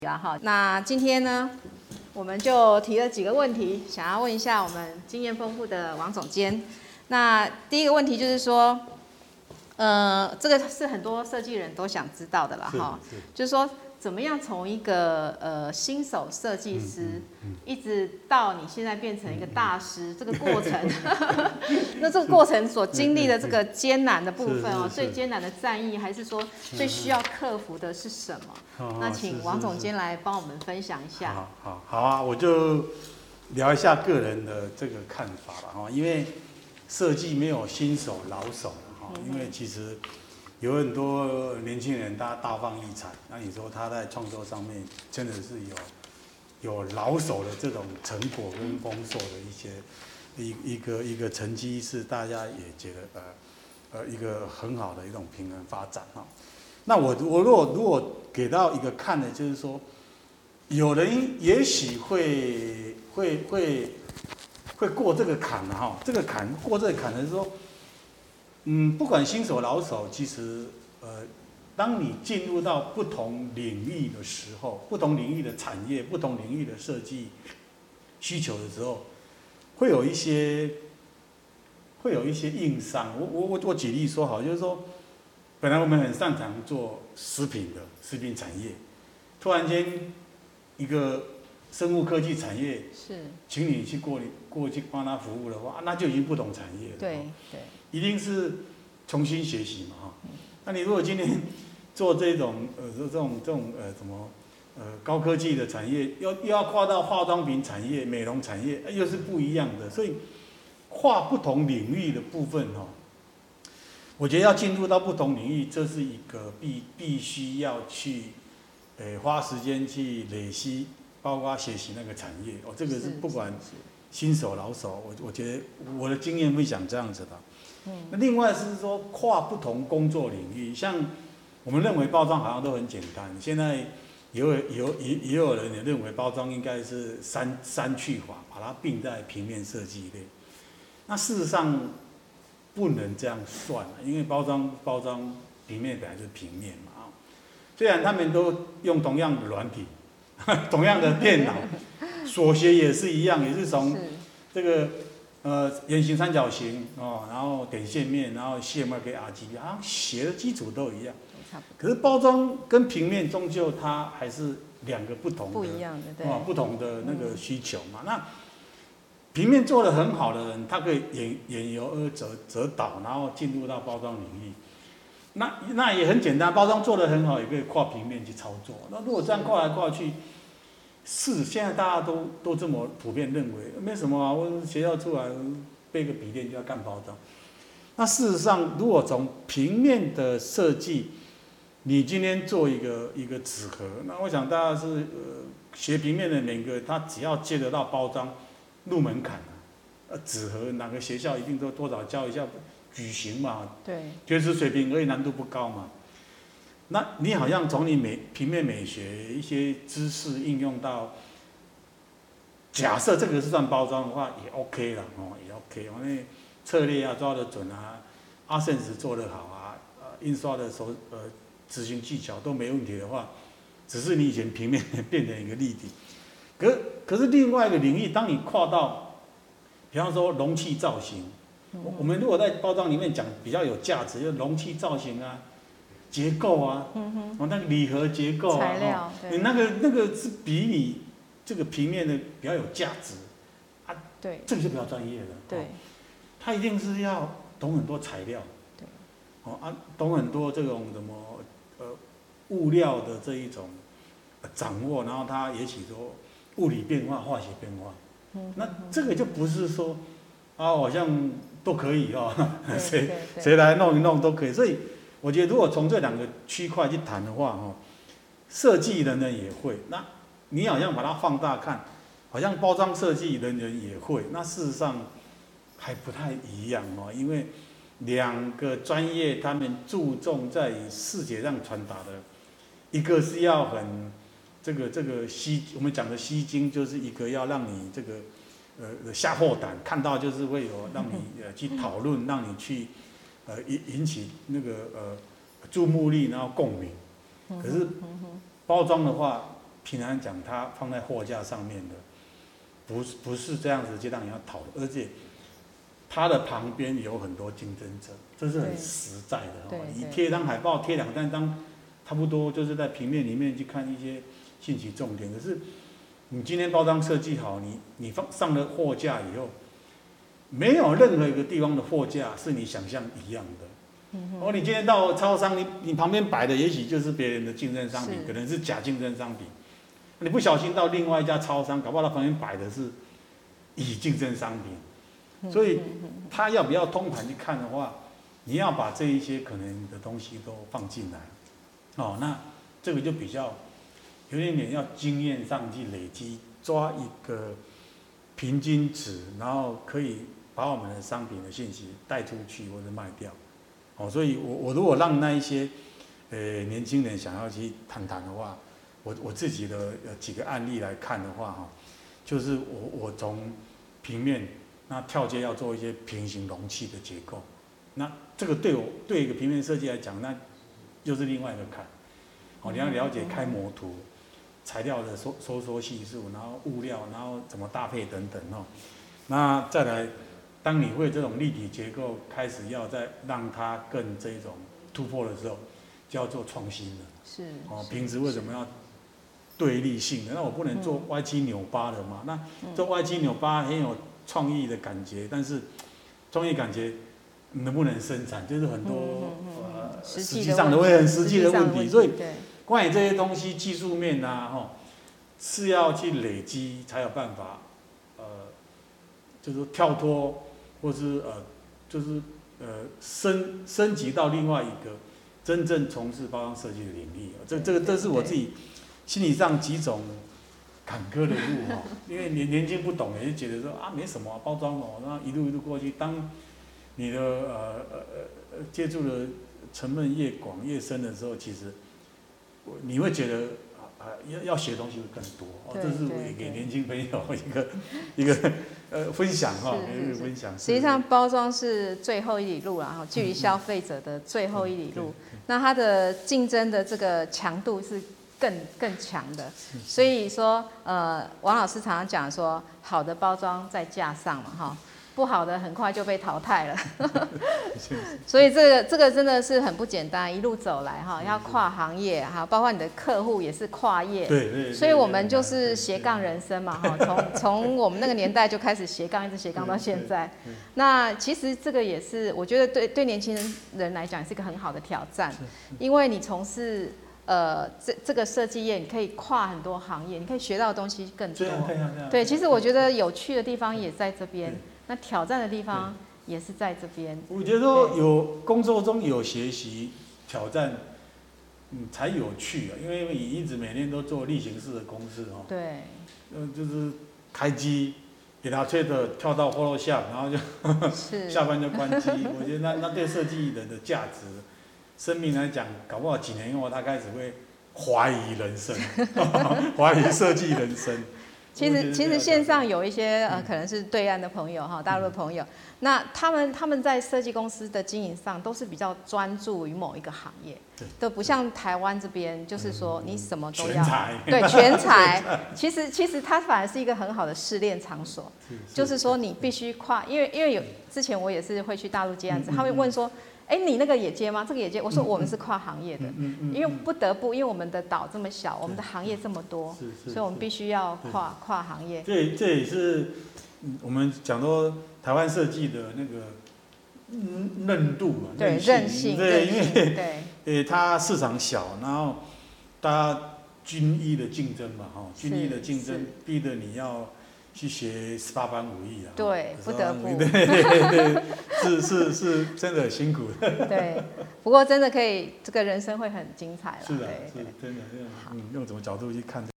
哈，那今天呢，我们就提了几个问题，想要问一下我们经验丰富的王总监。那第一个问题就是说，这个是很多设计人都想知道的啦，哈，就是说怎么样从一个新手设计师，一直到你现在变成一个大师，这个过程，那这个过程所经历的这个艰难的部分哦，最艰难的战役，还是说最需要克服的是什么？那请王总监来帮我们分享一下。 好啊，我就聊一下个人的这个看法了哈，因为设计没有新手老手哈，因为其实有很多年轻人他大放异彩，那你说他在创作上面真的是有老手的这种成果跟丰硕的一个成绩，是大家也觉得一个很好的一种平衡发展哈。那我如果给到一个看的，就是说，有人也许会过这个坎的哈，这个坎过这个坎的是说，不管新手老手，其实当你进入到不同领域的时候，不同领域的产业，不同领域的设计需求的时候，会有一些硬伤。我举例说好，就是说，本来我们很擅长做食品产业，突然间一个生物科技产业是，请你去过去帮他服务的话，那就已经不同产业了。对，一定是重新学习嘛哈。那你如果今天做这种什么高科技的产业，又要跨到化妆品产业、美容产业，又是不一样的。所以跨不同领域的部分哈，我觉得要进入到不同领域，这是一个必须要去花时间去累积，包括学习那个产业。这个是不管新手老手，我觉得我的经验会讲这样子的。那另外是说跨不同工作领域，像我们认为包装好像都很简单，现在也有人也认为包装应该是删去法，把它并在平面设计类。那事实上不能这样算，因为包装平面本来就是平面嘛。虽然他们都用同样的软体，同样的电脑，所学也是一样，也是从这个圆形、三角形哦，然后点线面，然后 CMYK 给 RGB， 好像写的基础都一样。可是包装跟平面终究它还是两个不一样的，对，不同的那个需求嘛。那平面做得很好的人，他可以沿由而折导，然后进入到包装领域。那也很简单，包装做得很好，也可以跨平面去操作。那如果这样跨来跨去，现在大家都这么普遍认为，没什么啊。我学校出来背个笔电就要干包装。那事实上，如果从平面的设计，你今天做一个纸盒，那我想大家是学平面的每个，他只要接得到包装，入门槛啊。纸盒哪个学校一定都多少教一下矩形嘛，对，学识水平而已，难度不高嘛。那你好像从你平面美学一些知识应用到，假设这个是算包装的话，也 OK 了哦，也 OK。因为策略啊抓得准啊，Accents 做得好啊，印刷的执行技巧都没问题的话，只是你以前平面变成一个立体。可是另外一个领域，当你跨到，比方说容器造型，我们如果在包装里面讲比较有价值，就是容器造型啊。结构啊，那个礼盒结构啊，材料，你那个是比你这个平面的比较有价值啊，对，这个就比较专业了，对，他一定是要懂很多材料，对，懂很多这种什么物料的这一种掌握，然后他也许说物理变化、化学变化，那这个就不是说好像都可以哦，谁来弄一弄都可以，所以。我觉得如果从这两个区块去谈的话，设计人人也会。那你好像把它放大看，好像包装设计人人也会。那事实上还不太一样哦，因为两个专业他们注重在于视觉上传达的，一个是要很这个我们讲的吸睛，就是一个要让你这个吓破胆，看到就是会有让你去讨论，让你去。引起那个注目力，然后共鸣。可是包装的话， 平常讲它放在货架上面的，不是这样子就让你要讨论，而且它的旁边有很多竞争者，这是很实在的。你贴一张海报，贴2、3张，差不多就是在平面里面去看一些信息重点。可是你今天包装设计好，你上了货架以后，没有任何一个地方的货架是你想象一样的。你今天到超商，你旁边摆的也许就是别人的竞争商品，可能是假竞争商品。你不小心到另外一家超商，搞不好他旁边摆的是乙竞争商品。所以他要不要通盘去看的话，你要把这一些可能的东西都放进来。那这个就比较有点要经验上去累积，抓一个平均值，然后可以把我们的商品的信息带出去或者卖掉。所以我如果让那一些年轻人想要去谈的话，我自己的几个案例来看的话，就是我从平面那跳接要做一些平行容器的结构，那这个对一个平面设计来讲，那又是另外一个坎。你要了解开模图、材料的收缩系数，然后物料，然后怎么搭配等等。那再来，当你会这种立体结构开始要再让它更这种突破的时候，就要做创新了。 是。 平时为什么要对立性的？那我不能做歪七扭八的嘛？那做歪七扭八很有创意的感觉，但是创意感觉能不能生产，就是很多实际上的很实际的问题。所以关于这些东西，技术面是要去累积才有办法，就是跳脱。或是就是升级到另外一个真正从事包装设计的领域，这是我自己心理上几种坎坷的路因为年轻不懂，也就觉得说没什么包装那一路过去，当你的接触的成分越广越深的时候，其实你会觉得。要学东西会更多，这是我给年轻朋友一个分享一个分享。 实际上，包装是最后一里路啦，距离消费者的最后一里路，那它的竞争的这个强度是更强的。所以说，王老师常常讲说，好的包装在架上嘛，不好的很快就被淘汰了。所以这个真的是很不简单，一路走来要跨行业包括你的客户也是跨业。 对。 所以我们就是斜杠人生嘛从我们那个年代就开始斜杠，一直斜杠到现在。那其实这个也是我觉得对年轻人来讲是一个很好的挑战，因为你从事这个设计业，你可以跨很多行业，你可以学到的东西更多。对，其实我觉得有趣的地方也在这边。那挑战的地方也是在这边。 我觉得说有工作中有学习挑战，才有趣因为你一直每天都做例行式的公式对。 就是开机，给他吹的跳到 Photoshop， 然后就下班就关机。我觉得那对设计人的价值，生命来讲，搞不好几年后他开始会怀疑人生，怀疑设计人生。 其实线上有一些可能是对岸的朋友大陆的朋友，那他们在设计公司的经营上都是比较专注于某一个行业，都不像台湾这边，就是说你什么都要，对全才。其实它反而是一个很好的试炼场所，就是说你必须跨，因为有之前我也是会去大陆接案子，他会问说。你那个也接吗？这个也接？我说我们是跨行业的，因为不得不，因为我们的岛这么小，我们的行业这么多，所以我们必须要跨行业。 这也是我们讲说台湾设计的那个韧度嘛， 韧性， 对，因为它市场小，然后大家军医的竞争嘛，军医的竞争逼得你要。去学18般武艺啊！ 对，不得不。 对，是真的很辛苦。 对，不过真的可以，这个人生会很精彩了。 是的，是真的。用什么角度去看这？